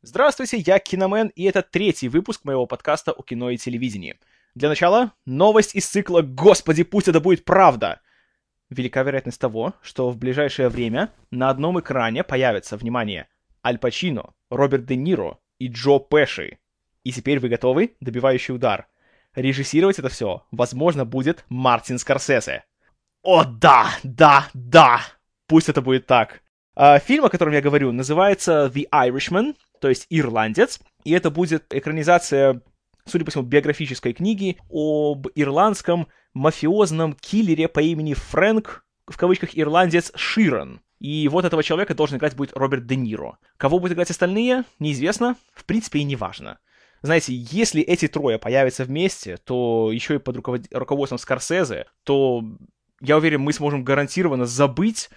Здравствуйте, я Киномен, и это третий выпуск моего подкаста о кино и телевидении. Для начала, новость из цикла «Господи, пусть это будет правда!». Велика вероятность того, что в ближайшее время на одном экране появятся, внимание, Аль Пачино, Роберт Де Ниро и Джо Пеши. И теперь вы готовы? Добивающий удар. Режиссировать это все, возможно, будет Мартин Скорсезе. О да, да, да! Пусть это будет так. Фильм, о котором я говорю, называется «The Irishman», то есть «Ирландец», и это будет экранизация, судя по всему, биографической книги об ирландском мафиозном киллере по имени Фрэнк, в кавычках, ирландец Ширан. И вот этого человека должен играть будет Роберт Де Ниро. Кого будут играть остальные, неизвестно, в принципе и не важно. Знаете, если эти трое появятся вместе, то еще и под руководством Скорсезе, то, я уверен, мы сможем гарантированно забыть,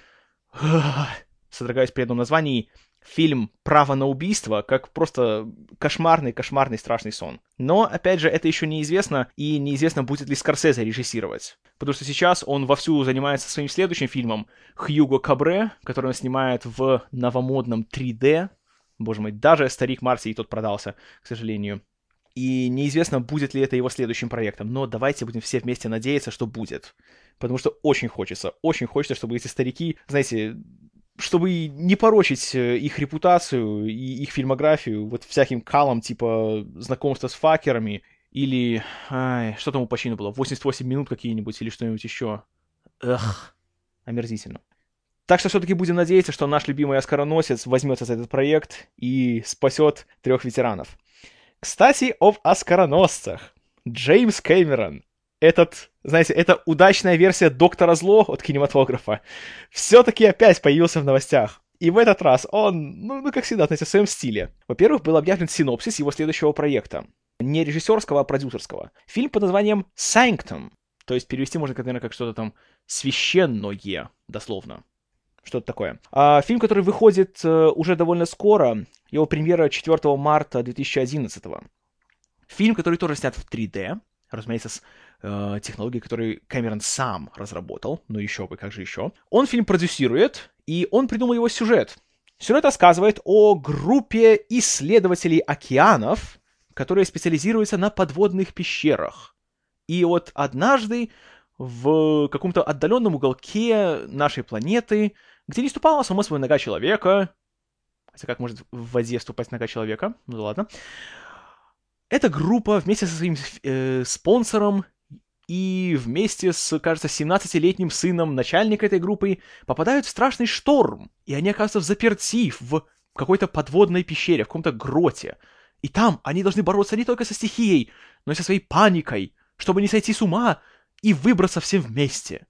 содрогаясь при одном названии, фильм «Право на убийство» как просто кошмарный страшный сон. Но, опять же, это еще неизвестно, и неизвестно, будет ли Скорсезе режиссировать. Потому что сейчас он вовсю занимается своим следующим фильмом «Хьюго Кабре», который он снимает в новомодном 3D. Боже мой, даже «Старик Марти» и тот продался, к сожалению. И неизвестно, будет ли это его следующим проектом, но давайте будем все вместе надеяться, что будет. Потому что очень хочется, чтобы эти старики, знаете, чтобы не порочить их репутацию и их фильмографию вот всяким калом, типа знакомства с факерами, или... что там у Пачино было? 88 минут какие-нибудь или что-нибудь еще. Эх, омерзительно. Так что все-таки будем надеяться, что наш любимый оскароносец возьмется за этот проект и спасет трех ветеранов. Кстати, об оскароносцах. Джеймс Кэмерон. Знаете, это удачная версия Доктора Зло от кинематографа. Все-таки опять появился в новостях. И в этот раз он, как всегда, знаете, в своем стиле. Во-первых, был объявлен синопсис его следующего проекта. Не режиссерского, а продюсерского. Фильм под названием «Sanctum». То есть перевести можно, наверное, как что-то там «священное», дословно. Что-то такое. Фильм, который выходит уже довольно скоро. Его премьера 4 марта 2011. Фильм, который тоже снят в 3D. Разумеется, с технологией, которую Кэмерон сам разработал. Ну еще бы, как же еще. Он фильм продюсирует, и он придумал его сюжет. Сюжет рассказывает о группе исследователей океанов, которые специализируются на подводных пещерах. И вот однажды в каком-то отдаленном уголке нашей планеты, где не ступала само собой нога человека, хотя как может в воде ступать нога человека, ну да ладно, эта группа вместе со своим спонсором и вместе с, кажется, 17-летним сыном начальника этой группы попадают в страшный шторм, и они оказываются взаперти в какой-то подводной пещере, в каком-то гроте. И там они должны бороться не только со стихией, но и со своей паникой, чтобы не сойти с ума и выбраться всем вместе.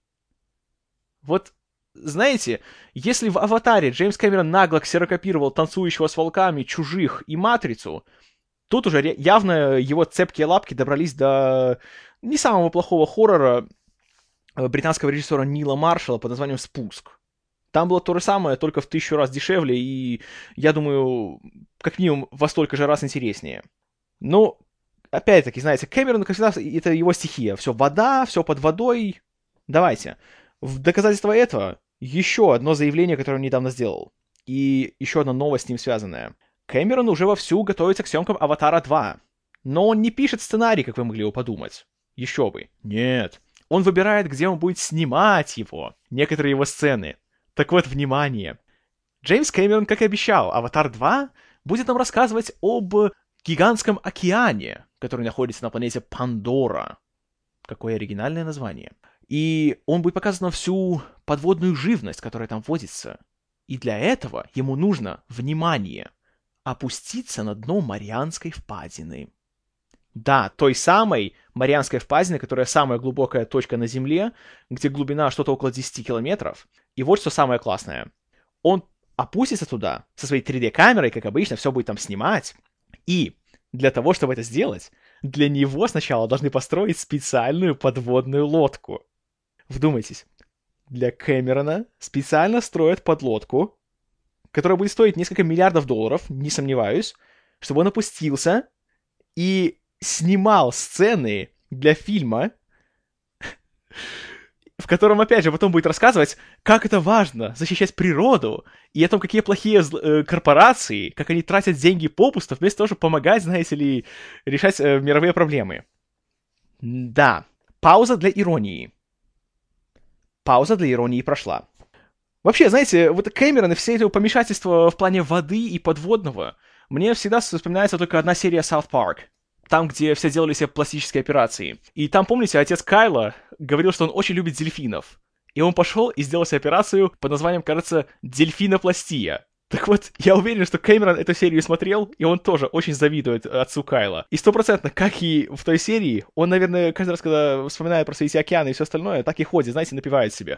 Вот, знаете, если в «Аватаре» Джеймс Кэмерон нагло ксерокопировал «Танцующего с волками», «Чужих» и «Матрицу», тут уже явно его цепкие лапки добрались до не самого плохого хоррора британского режиссера Нила Маршалла под названием «Спуск». Там было то же самое, только в 1000 раз дешевле и, я думаю, как минимум во столько же раз интереснее. Но, опять-таки, знаете, Кэмерон, как всегда, это его стихия. Все вода, все под водой. Давайте. В доказательство этого еще одно заявление, которое он недавно сделал. И еще одна новость с ним связанная. Кэмерон уже вовсю готовится к съемкам «Аватара 2». Но он не пишет сценарий, как вы могли его подумать. Еще бы. Нет. Он выбирает, где он будет снимать его. Некоторые его сцены. Так вот, внимание. Джеймс Кэмерон, как и обещал, «Аватар 2» будет нам рассказывать об гигантском океане, который находится на планете Пандора. Какое оригинальное название. И он будет показывать нам всю подводную живность, которая там водится. И для этого ему нужно, внимание, опуститься на дно Марианской впадины. Да, той самой Марианской впадины, которая самая глубокая точка на Земле, где глубина что-то около 10 километров. И вот что самое классное. Он опустится туда со своей 3D-камерой, как обычно, все будет там снимать. И для того, чтобы это сделать, для него сначала должны построить специальную подводную лодку. Вдумайтесь. Для Кэмерона специально строят подлодку, которая будет стоить несколько миллиардов долларов, не сомневаюсь, чтобы он опустился и снимал сцены для фильма в котором, опять же, потом будет рассказывать, как это важно защищать природу, и о том, какие плохие корпорации, как они тратят деньги попусту, вместо того, чтобы помогать, знаете ли, решать мировые проблемы. Да, пауза для иронии. Пауза для иронии прошла. Вообще, знаете, вот Кэмерон и все это помешательство в плане воды и подводного, мне всегда вспоминается только одна серия South Park. Там, где все делали себе пластические операции. И там, помните, отец Кайла говорил, что он очень любит дельфинов. И он пошел и сделал себе операцию под названием, кажется, дельфинопластия. Так вот, я уверен, что Кэмерон эту серию смотрел, и он тоже очень завидует отцу Кайла. И стопроцентно, как и в той серии, он, наверное, каждый раз, когда вспоминает про эти океаны и все остальное, так и ходит, знаете, напевает себе.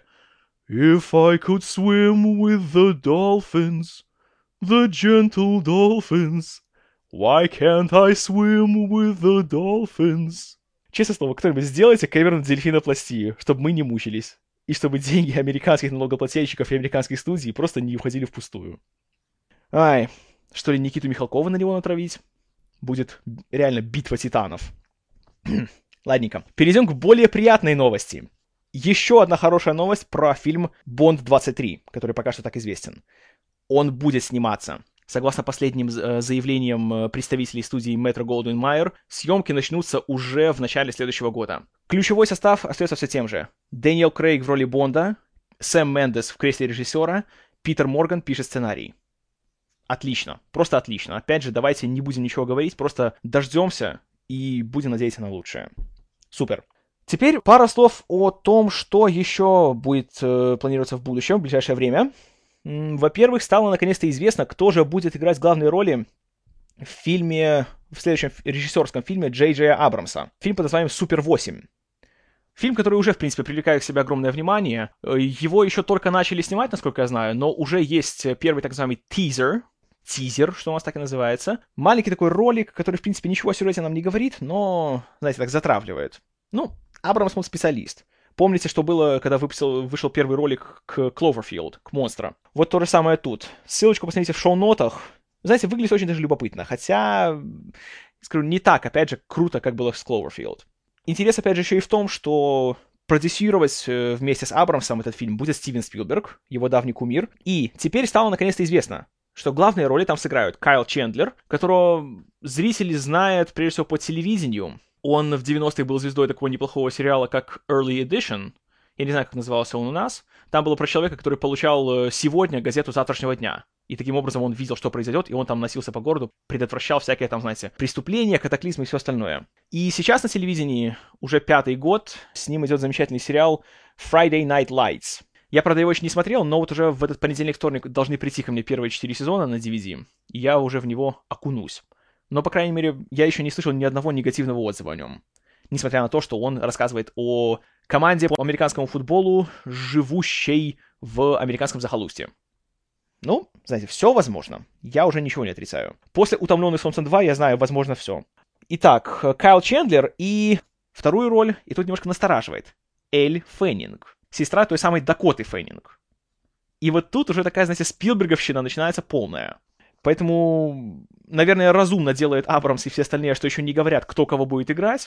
If I could swim with the dolphins, the gentle dolphins, why can't I swim with the dolphins? Честное слово, кто-нибудь сделайте Кэмерон дельфинопластию, чтобы мы не мучились. И чтобы деньги американских налогоплательщиков и американских студий просто не уходили впустую. Ай, что ли, Никиту Михалкова на него натравить? Будет реально битва титанов. Ладненько. Перейдем к более приятной новости. Еще одна хорошая новость про фильм «Бонд-23», который пока что так известен. Он будет сниматься. Согласно последним заявлениям представителей студии Metro-Goldwyn-Mayer, съемки начнутся уже в начале следующего года. Ключевой состав остается все тем же. Дэниел Крейг в роли Бонда, Сэм Мендес в кресле режиссера, Питер Морган пишет сценарий. Отлично, просто отлично. Опять же, давайте не будем ничего говорить, просто дождемся и будем надеяться на лучшее. Супер. Теперь пара слов о том, что еще будет планироваться в будущем, в ближайшее время. Во-первых, стало наконец-то известно, кто же будет играть главные роли в следующем режиссерском фильме Джей Джея Абрамса. Фильм под названием «Супер 8». Фильм, который уже, в принципе, привлекает к себе огромное внимание. Его еще только начали снимать, насколько я знаю, но уже есть первый так называемый тизер, что у нас так и называется. Маленький такой ролик, который, в принципе, ничего о сюжете нам не говорит, но, знаете, так затравливает. Ну, Абрамс, он специалист. Помните, что было, когда вышел первый ролик к Cloverfield, к монстра? Вот то же самое тут. Ссылочку посмотрите в шоу-нотах. Знаете, выглядит очень даже любопытно. Хотя, скажу, не так, опять же, круто, как было с Cloverfield. Интерес, опять же, еще и в том, что продюсировать вместе с Абрамсом этот фильм будет Стивен Спилберг, его давний кумир. И теперь стало наконец-то известно, что главные роли там сыграют Кайл Чендлер, которого зрители знают, прежде всего, по телевидению. Он в 90-х был звездой такого неплохого сериала, как Early Edition. Я не знаю, как назывался он у нас. Там было про человека, который получал сегодня газету завтрашнего дня. И таким образом он видел, что произойдет, и он там носился по городу, предотвращал всякие там, знаете, преступления, катаклизмы и все остальное. И сейчас на телевидении уже 5-й год с ним идет замечательный сериал Friday Night Lights. Я, правда, его еще не смотрел, но вот уже в этот понедельник-вторник должны прийти ко мне первые 4 сезона на DVD, и я уже в него окунусь. Но, по крайней мере, я еще не слышал ни одного негативного отзыва о нем. Несмотря на то, что он рассказывает о команде по американскому футболу, живущей в американском захолустье. Ну, знаете, все возможно. Я уже ничего не отрицаю. После «Утомленных солнцем 2» я знаю, возможно, все. Итак, Кайл Чендлер и вторую роль, и тут немножко настораживает. Эль Феннинг. Сестра той самой Дакоты Феннинг. И вот тут уже такая, знаете, спилберговщина начинается полная. Поэтому, наверное, разумно делает Абрамс и все остальные, что еще не говорят, кто кого будет играть.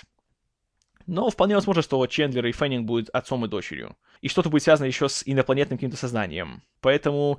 Но вполне возможно, что Чендлер и Феннинг будут отцом и дочерью. И что-то будет связано еще с инопланетным каким-то сознанием. Поэтому,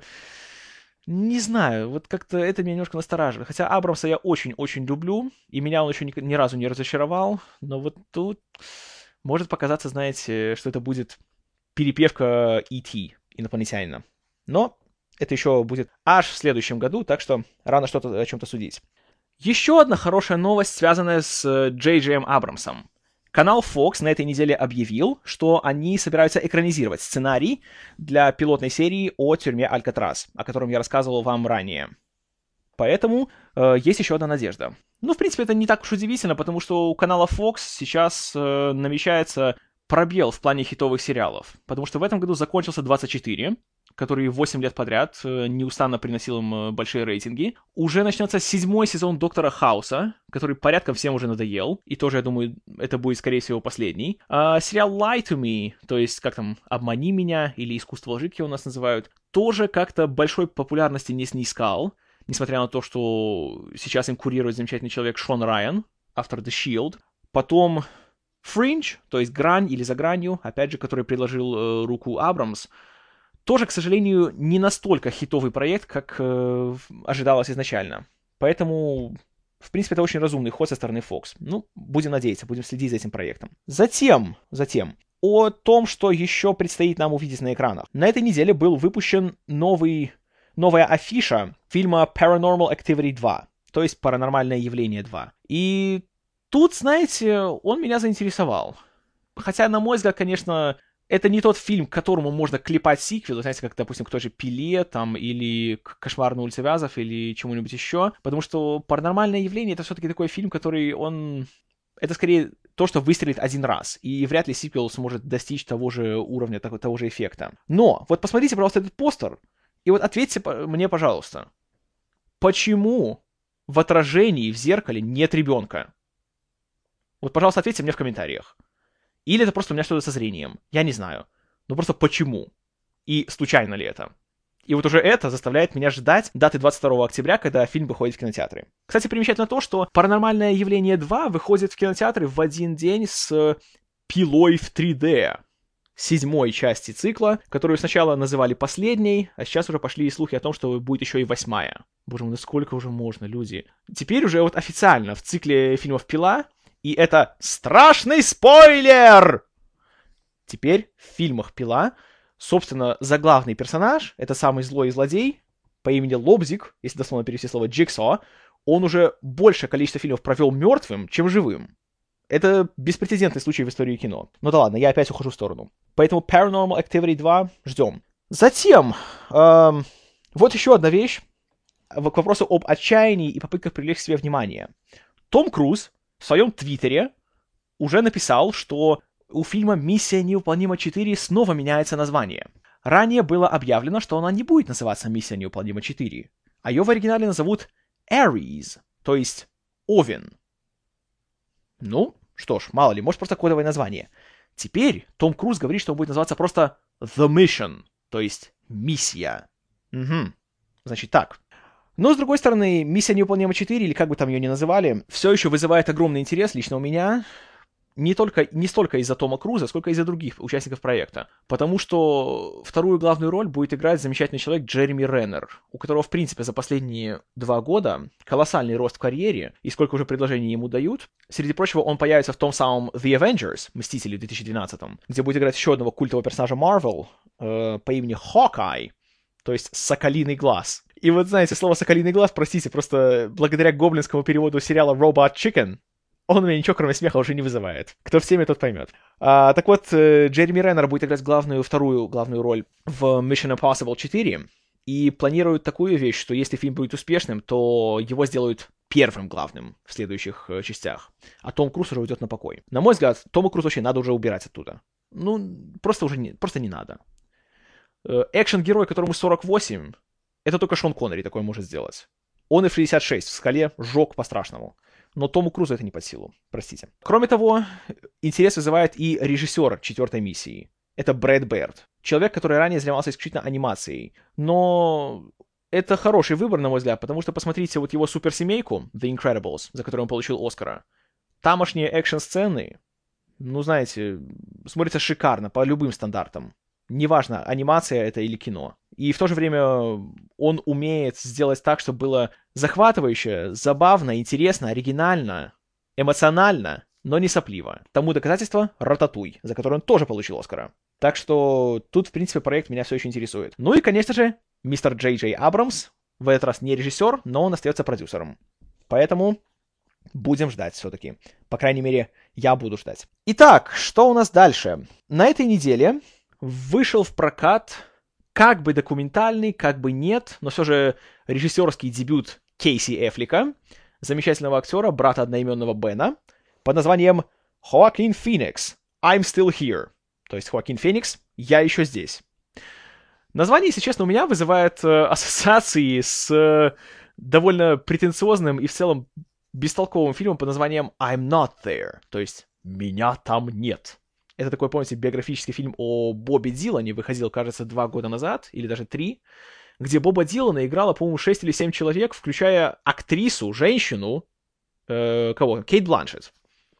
не знаю, вот как-то это меня немножко настораживает. Хотя Абрамса я очень-очень люблю, и меня он еще ни разу не разочаровал. Но вот тут может показаться, знаете, что это будет перепевка E.T. инопланетянина. Но это еще будет аж в следующем году, так что рано что-то о чем-то судить. Еще одна хорошая новость, связанная с Джей Джеем Абрамсом. Канал Fox на этой неделе объявил, что они собираются экранизировать сценарий для пилотной серии о тюрьме Алькатрас, о котором я рассказывал вам ранее. Поэтому есть еще одна надежда. Ну, в принципе, это не так уж удивительно, потому что у канала Fox сейчас намечается пробел в плане хитовых сериалов. Потому что в этом году закончился 24, который 8 лет подряд неустанно приносил им большие рейтинги. Уже начнется 7-й сезон Доктора Хауса, который порядком всем уже надоел. И тоже, я думаю, это будет, скорее всего, последний. Сериал Lie to Me, то есть, как там, «Обмани меня» или «Искусство лжи», как его у нас называют, тоже как-то большой популярности не снискал. Несмотря на то, что сейчас им курирует замечательный человек Шон Райан, автор The Shield. Потом Fringe, то есть «Грань» или «За гранью», опять же, который предложил руку Абрамс, тоже, к сожалению, не настолько хитовый проект, как ожидалось изначально. Поэтому, в принципе, это очень разумный ход со стороны Fox. Ну, будем надеяться, будем следить за этим проектом. Затем, о том, что еще предстоит нам увидеть на экранах. На этой неделе был выпущен новая афиша фильма Paranormal Activity 2, то есть «Паранормальное явление 2». И тут, знаете, он меня заинтересовал. Хотя, на мой взгляд, конечно, это не тот фильм, к которому можно клепать сиквел, знаете, как, допустим, к той же «Пиле», там, или к «Кошмар на улице Вязов», или чему-нибудь еще, потому что «Паранормальное явление» — это все-таки такой фильм, который, это скорее то, что выстрелит один раз, и вряд ли сиквел сможет достичь того же уровня, того же эффекта. Но, вот посмотрите, пожалуйста, этот постер, и вот ответьте мне, пожалуйста, почему в отражении в зеркале нет ребенка? Вот, пожалуйста, ответьте мне в комментариях. Или это просто у меня что-то со зрением. Я не знаю. Но просто почему? И случайно ли это? И вот уже это заставляет меня ждать даты 22 октября, когда фильм выходит в кинотеатры. Кстати, примечательно то, что «Паранормальное явление 2» выходит в кинотеатры в один день с «Пилой в 3D», 7-й части цикла, которую сначала называли последней, а сейчас уже пошли слухи о том, что будет еще и 8-я. Боже мой, ну сколько уже можно, люди? Теперь уже вот официально в цикле фильмов «Пила», и это страшный спойлер! Теперь в фильмах «Пила», собственно, заглавный персонаж, это самый злой злодей, по имени Лобзик, если дословно перевести слово Джигсо, он уже большее количество фильмов провел мертвым, чем живым. Это беспрецедентный случай в истории кино. Ну да ладно, я опять ухожу в сторону. Поэтому Paranormal Activity 2 ждем. Затем, вот еще одна вещь к вопросу об отчаянии и попытках привлечь к себе внимание. Том Круз в своем твиттере уже написал, что у фильма «Миссия невыполнима 4» снова меняется название. Ранее было объявлено, что она не будет называться «Миссия невыполнима 4», а ее в оригинале назовут Ares, то есть Овен. Ну, что ж, мало ли, может просто кодовое название. Теперь Том Круз говорит, что он будет называться просто The Mission, то есть «Миссия». Угу, значит так. Но, с другой стороны, «Миссия невыполнима 4», или как бы там ее ни называли, все еще вызывает огромный интерес лично у меня, не столько из-за Тома Круза, сколько из-за других участников проекта. Потому что вторую главную роль будет играть замечательный человек Джереми Реннер, у которого, в принципе, за последние 2 года колоссальный рост в карьере, и сколько уже предложений ему дают. Среди прочего, он появится в том самом The Avengers, Мстители в 2012, где будет играть еще одного культового персонажа Marvel по имени Hawkeye, то есть «Соколиный глаз». И вот, знаете, слово «соколиный глаз», простите, просто благодаря гоблинскому переводу сериала Robot Chicken, он у меня ничего, кроме смеха, уже не вызывает. Кто в теме, тот поймет. Так вот, Джереми Реннер будет играть вторую главную роль в Mission Impossible 4, и планируют такую вещь, что если фильм будет успешным, то его сделают первым главным в следующих частях. А Том Круз уже уйдет на покой. На мой взгляд, Тому Крузу вообще надо уже убирать оттуда. Ну, просто не надо. Экшен-герой, которому 48, это только Шон Коннери такое может сделать. Он и в 66 в «Скале» жёг по-страшному. Но Тому Крузу это не под силу, простите. Кроме того, интерес вызывает и режиссер 4-й миссии. Это Брэд Бэрд. Человек, который ранее занимался исключительно анимацией. Но это хороший выбор, на мой взгляд, потому что посмотрите вот его суперсемейку, The Incredibles, за которую он получил Оскара. Тамошние экшн-сцены, ну, знаете, смотрятся шикарно по любым стандартам. Неважно, анимация это или кино. И в то же время он умеет сделать так, чтобы было захватывающе, забавно, интересно, оригинально, эмоционально, но не сопливо. Тому доказательство — «Рататуй», за который он тоже получил Оскара. Так что тут, в принципе, проект меня все еще интересует. Ну и, конечно же, мистер Джей Джей Абрамс. В этот раз не режиссер, но он остается продюсером. Поэтому будем ждать все-таки. По крайней мере, я буду ждать. Итак, что у нас дальше? На этой неделе вышел в прокат как бы документальный, как бы нет, но все же режиссерский дебют Кейси Эффлека, замечательного актера, брата одноименного Бена, под названием «Хоакин Феникс. I'm still here». То есть Хоакин Феникс, я еще здесь. Название, если честно, у меня вызывает ассоциации с довольно претенциозным и в целом бестолковым фильмом под названием «I'm not there», то есть «Меня там нет». Это такой, помните, биографический фильм о Бобби Дилане, выходил, кажется, 2 года назад, или даже 3, где Боба Дилана играла, по-моему, 6 или 7 человек, включая актрису, женщину, Кейт Бланшетт.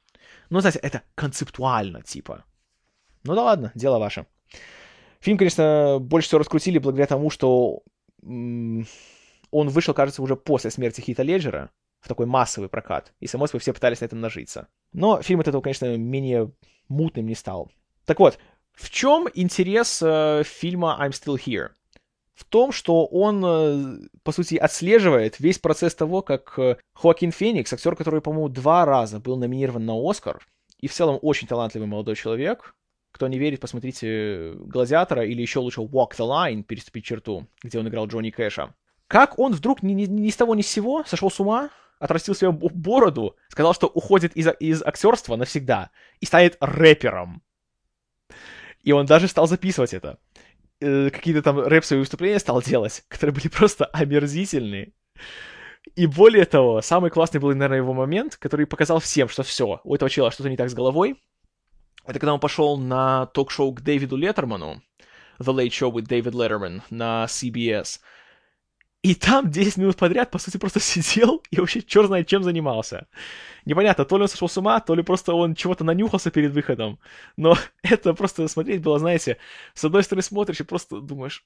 Ну, знаете, это концептуально, типа. Ну да ладно, дело ваше. Фильм, конечно, больше всего раскрутили благодаря тому, что он вышел, кажется, уже после смерти Хита Леджера в такой массовый прокат, и, само собой, все пытались на этом нажиться. Но фильм от этого, конечно, менее мутным не стал. Так вот, в чем интерес фильма I'm Still Here? В том, что он, по сути, отслеживает весь процесс того, как Хоакин Феникс, актер, который, по-моему, 2 раза был номинирован на Оскар, и в целом очень талантливый молодой человек. Кто не верит, посмотрите «Гладиатора» или еще лучше «Walk the Line», «Переступить черту», где он играл Джонни Кэша. Как он вдруг ни с того ни с сего сошел с ума, отрастил себе бороду, сказал, что уходит из актерства навсегда и станет рэпером. И он даже стал записывать это. Какие-то там рэп-свои выступления стал делать, которые были просто омерзительные. И более того, самый классный был, наверное, его момент, который показал всем, что все, у этого чела что-то не так с головой. Это когда он пошел на ток-шоу к Дэвиду Леттерману, The Late Show with David Letterman на CBS. И там 10 минут подряд, по сути, просто сидел и вообще черт знает чем занимался. Непонятно, то ли он сошел с ума, то ли просто он чего-то нанюхался перед выходом. Но это просто смотреть было, знаете, с одной стороны смотришь и просто думаешь,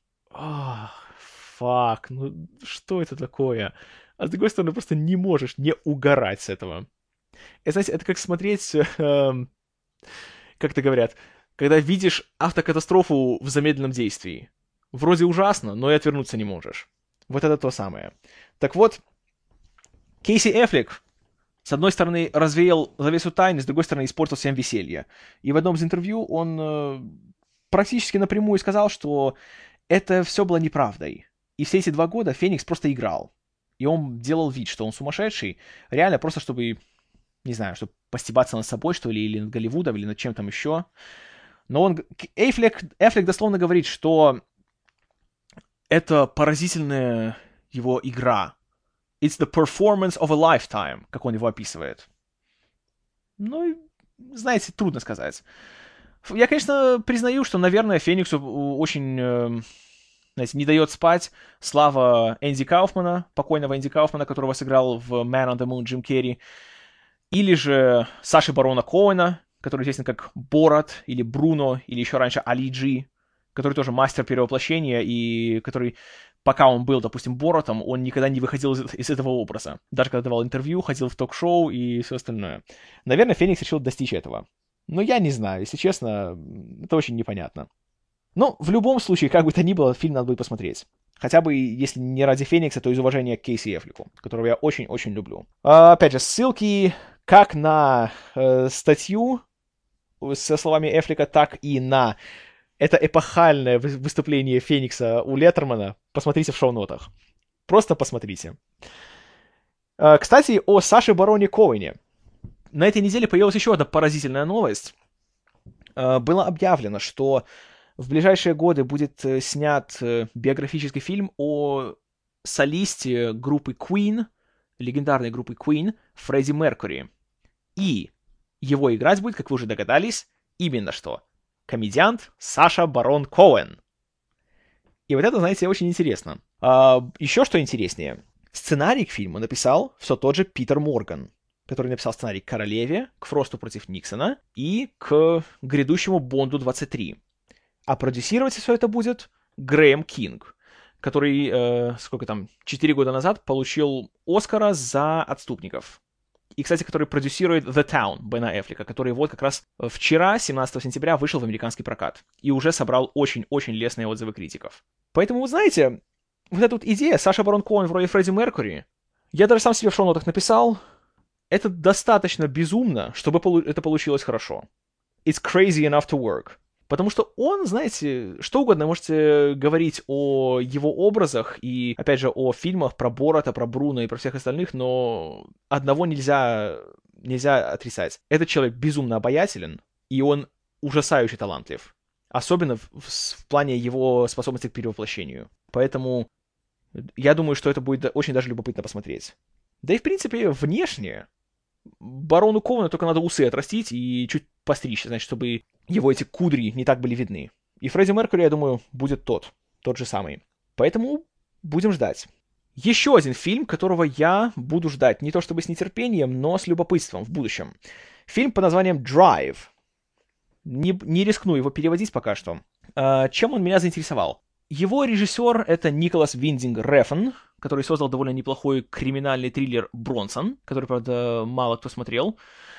фак, ну что это такое? А с другой стороны просто не можешь не угорать с этого. Это, знаете, это как смотреть, как это говорят, когда видишь автокатастрофу в замедленном действии. Вроде ужасно, но и отвернуться не можешь. Вот это то самое. Так вот, Кейси Эффлек, с одной стороны, развеял завесу тайны, с другой стороны, испортил всем веселье. И в одном из интервью он практически напрямую сказал, что это все было неправдой. И все эти 2 года Феникс просто играл. И он делал вид, что он сумасшедший, реально просто чтобы, не знаю, чтобы постебаться над собой, что ли, или над Голливудом, или над чем там еще. Но Эффлек дословно говорит, что это поразительная его игра. It's the performance of a lifetime, как он его описывает. Ну, знаете, трудно сказать. Я, конечно, признаю, что, наверное, Фениксу очень, знаете, не дает спать слава Энди Кауфмана, покойного Энди Кауфмана, которого сыграл в Man on the Moon Джим Керри, или же Саши Барона Коэна, который известен как Борат, или Бруно, или еще раньше Али Джи, который тоже мастер перевоплощения, и который, пока он был, допустим, Боратом, он никогда не выходил из этого образа. Даже когда давал интервью, ходил в ток-шоу и все остальное. Наверное, Феникс решил достичь этого. Но я не знаю, если честно, это очень непонятно. Но в любом случае, как бы то ни было, фильм надо будет посмотреть. Хотя бы, если не ради Феникса, то из уважения к Кейси Эффлеку, которого я очень-очень люблю. Опять же, ссылки как на статью со словами Эффлека, так и на это эпохальное выступление Феникса у Леттермана. Посмотрите в шоу-нотах. Просто посмотрите. Кстати, о Саше Бароне Коэне. На этой неделе появилась еще одна поразительная новость. Было объявлено, что в ближайшие годы будет снят биографический фильм о солисте группы Queen, легендарной группы Queen, Фредди Меркьюри. И его играть будет, как вы уже догадались, именно что комедиант Саша Барон Коэн. И вот это, знаете, очень интересно. Еще что интереснее. Сценарий к фильму написал все тот же Питер Морган, который написал сценарий к «Королеве», к «Фросту против Никсона» и к грядущему «Бонду 23». А продюсировать все это будет Грэм Кинг, который, 4 года назад получил Оскара за «Отступников». И, кстати, который продюсирует The Town Бена Эффлека, который вот как раз вчера, 17 сентября, вышел в американский прокат. И уже собрал очень-очень лестные отзывы критиков. Поэтому, вы знаете, вот эта вот идея Саша Барон Коэн в роли Фредди Меркьюри, я даже сам себе в шоу-нотах написал, это достаточно безумно, чтобы это получилось хорошо. It's crazy enough to work. Потому что он, знаете, что угодно можете говорить о его образах и, опять же, о фильмах про Бората, про Бруно и про всех остальных, но одного нельзя отрицать. Этот человек безумно обаятелен, и он ужасающе талантлив. Особенно в плане его способности к перевоплощению. Поэтому я думаю, что это будет очень даже любопытно посмотреть. Да и, в принципе, внешне Барону Коэну только надо усы отрастить и чуть постричь, значит, чтобы его эти кудри не так были видны. И Фредди Меркьюри, я думаю, будет тот же самый. Поэтому будем ждать. Еще один фильм, которого я буду ждать не то чтобы с нетерпением, но с любопытством в будущем. Фильм под названием Drive. Не рискну его переводить пока что. Чем он меня заинтересовал? Его режиссер — это Николас Виндинг Рефн, который создал довольно неплохой криминальный триллер «Бронсон», который, правда, мало кто смотрел.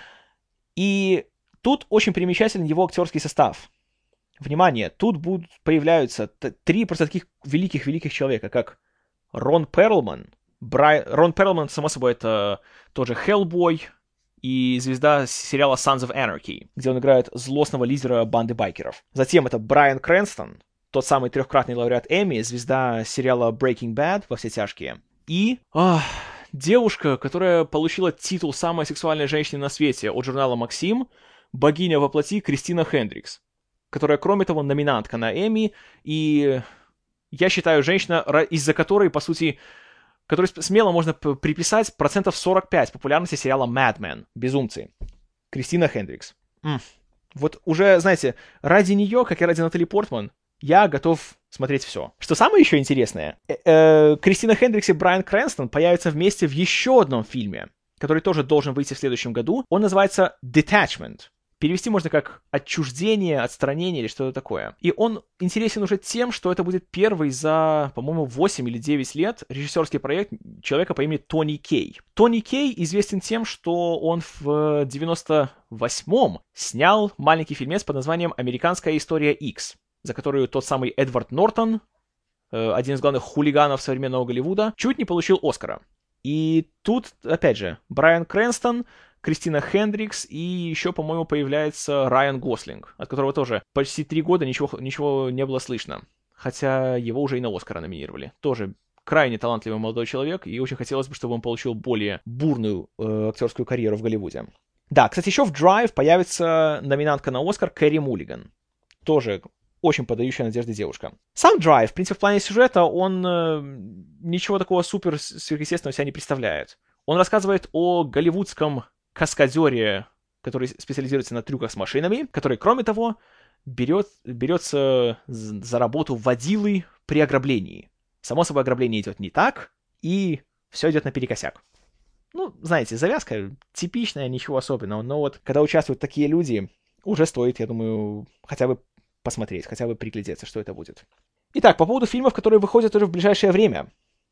И тут очень примечателен его актерский состав. Внимание, тут появляются три просто таких великих-великих человека, как Рон Перлман. Рон Перлман, само собой, это тоже Хеллбой и звезда сериала Sons of Anarchy, где он играет злостного лидера банды байкеров. Затем это Брайан Крэнстон, тот самый трехкратный лауреат Эмми, звезда сериала Breaking Bad «Во все тяжкие». И девушка, которая получила титул «Самая сексуальная женщина на свете» от журнала «Максим», богиня во плоти Кристина Хендрикс, которая, кроме того, номинантка на Эмми, и я считаю, женщина, из-за которой, по сути, которой смело можно приписать 45% популярности сериала Mad Men, «Безумцы». Кристина Хендрикс. Вот уже, знаете, ради нее, как и ради Натали Портман, я готов смотреть все. Что самое еще интересное, Кристина Хендрикс и Брайан Крэнстон появятся вместе в еще одном фильме, который тоже должен выйти в следующем году. Он называется «Detachment». Перевести можно как «отчуждение», «отстранение» или что-то такое. И он интересен уже тем, что это будет первый за, по-моему, 8 или 9 лет режиссерский проект человека по имени Тони Кей. Тони Кей известен тем, что он в 98-м снял маленький фильмец под названием «Американская история X», за которую тот самый Эдвард Нортон, один из главных хулиганов современного Голливуда, чуть не получил Оскара. И тут, опять же, Брайан Крэнстон, Кристина Хендрикс и еще, по-моему, появляется Райан Гослинг, от которого тоже почти 3 года ничего не было слышно. Хотя его уже и на Оскара номинировали. Тоже крайне талантливый молодой человек, и очень хотелось бы, чтобы он получил более бурную актерскую карьеру в Голливуде. Да, кстати, еще в Drive появится номинантка на Оскар Кэрри Муллиган. Тоже очень подающая надежды девушка. Сам Drive, в принципе, в плане сюжета, он ничего такого супер сверхъестественного себя не представляет. Он рассказывает о голливудском каскадере, который специализируется на трюках с машинами, который, кроме того, берется за работу водилой при ограблении. Само собой, ограбление идет не так, и все идет наперекосяк. Ну, знаете, завязка типичная, ничего особенного, но вот когда участвуют такие люди, уже стоит, я думаю, хотя бы посмотреть, хотя бы приглядеться, что это будет. Итак, по поводу фильмов, которые выходят уже в ближайшее время.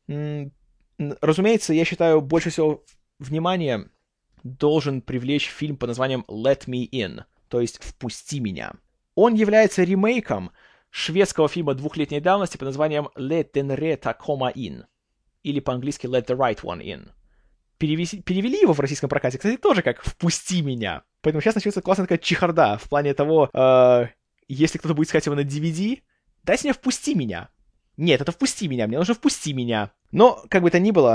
Разумеется, я считаю, больше всего внимания должен привлечь фильм под названием Let Me In, то есть «Впусти меня». Он является ремейком шведского фильма двухлетней давности под названием Let den rätta komma in, или по-английски Let the right one in. Перевели его в российском прокате, кстати, тоже как «Впусти меня». Поэтому сейчас начнется классная такая чехарда в плане того, если кто-то будет искать его на DVD, дайте мне «Впусти меня». Нет, это «Впусти меня», мне нужно «Впусти меня». Но, как бы то ни было,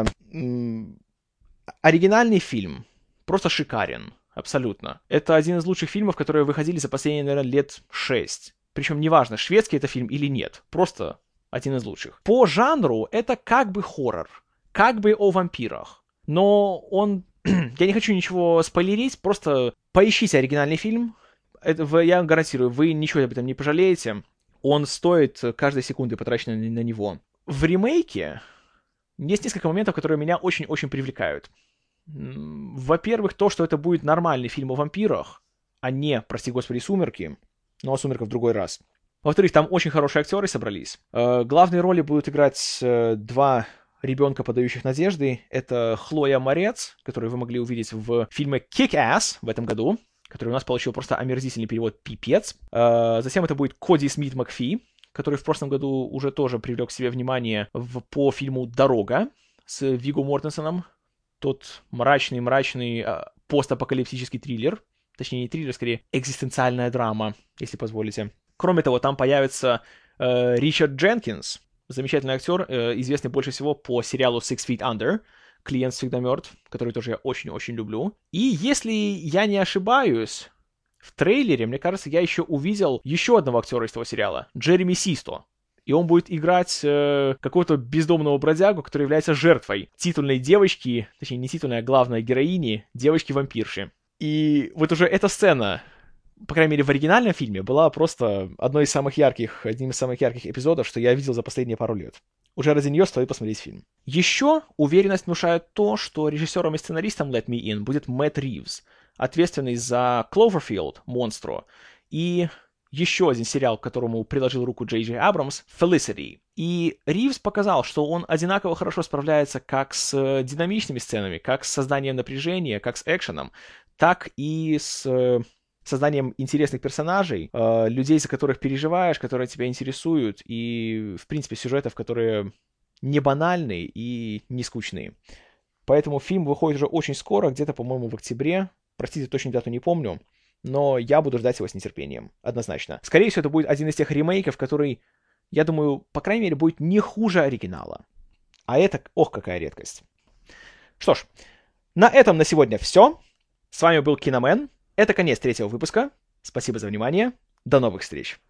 оригинальный фильм просто шикарен, абсолютно. Это один из лучших фильмов, которые выходили за последние, наверное, лет 6. Причем неважно, шведский это фильм или нет, просто один из лучших. По жанру это как бы хоррор, как бы о вампирах. Но он... Я не хочу ничего спойлерить, просто поищите оригинальный фильм. Я гарантирую, вы ничего об этом не пожалеете. Он стоит каждой секунды, потраченной на него. В ремейке есть несколько моментов, которые меня очень-очень привлекают. Во-первых, то, что это будет нормальный фильм о вампирах, а не, прости господи, «Сумерки», но о «Сумерках» в другой раз. Во-вторых, там очень хорошие актеры собрались. Главные роли будут играть 2 ребенка, подающих надежды. Это Хлоя Морец, которую вы могли увидеть в фильме «Kick-Ass» в этом году, который у нас получил просто омерзительный перевод «Пипец». Затем это будет Коди Смит Макфи, который в прошлом году уже тоже привлек к себе внимание по фильму «Дорога» с Вигго Мортенсеном. Тот мрачный постапокалиптический триллер. Точнее, не триллер, скорее экзистенциальная драма, если позволите. Кроме того, там появится Ричард Дженкинс, замечательный актер, известный больше всего по сериалу Six Feet Under, «Клиент всегда мертв», который тоже я очень-очень люблю. И если я не ошибаюсь, в трейлере, мне кажется, я еще увидел еще одного актера из того сериала, Джереми Систо. И он будет играть какого-то бездомного бродягу, который является жертвой титульной девочки, точнее, не титульной, а главной героини, девочки-вампирши. И вот уже эта сцена, по крайней мере, в оригинальном фильме, была просто одним из самых ярких эпизодов, что я видел за последние пару лет. уже ради нее стоит посмотреть фильм. Еще уверенность внушает то, что режиссером и сценаристом Let Me In будет Мэтт Ривз, ответственный за Cloverfield, Монстро, и еще один сериал, к которому приложил руку Джей Джей Абрамс, Felicity. И Ривз показал, что он одинаково хорошо справляется как с динамичными сценами, как с созданием напряжения, как с экшеном, так и с созданием интересных персонажей, людей, за которых переживаешь, которые тебя интересуют, и, в принципе, сюжетов, которые не банальные и не скучные. Поэтому фильм выходит уже очень скоро, где-то, по-моему, в октябре. Простите, точную дату не помню, но я буду ждать его с нетерпением, однозначно. Скорее всего, это будет один из тех ремейков, который, я думаю, по крайней мере, будет не хуже оригинала. А это, ох, какая редкость. Что ж, на этом на сегодня все. С вами был Киномен. Это конец третьего выпуска. Спасибо за внимание. До новых встреч.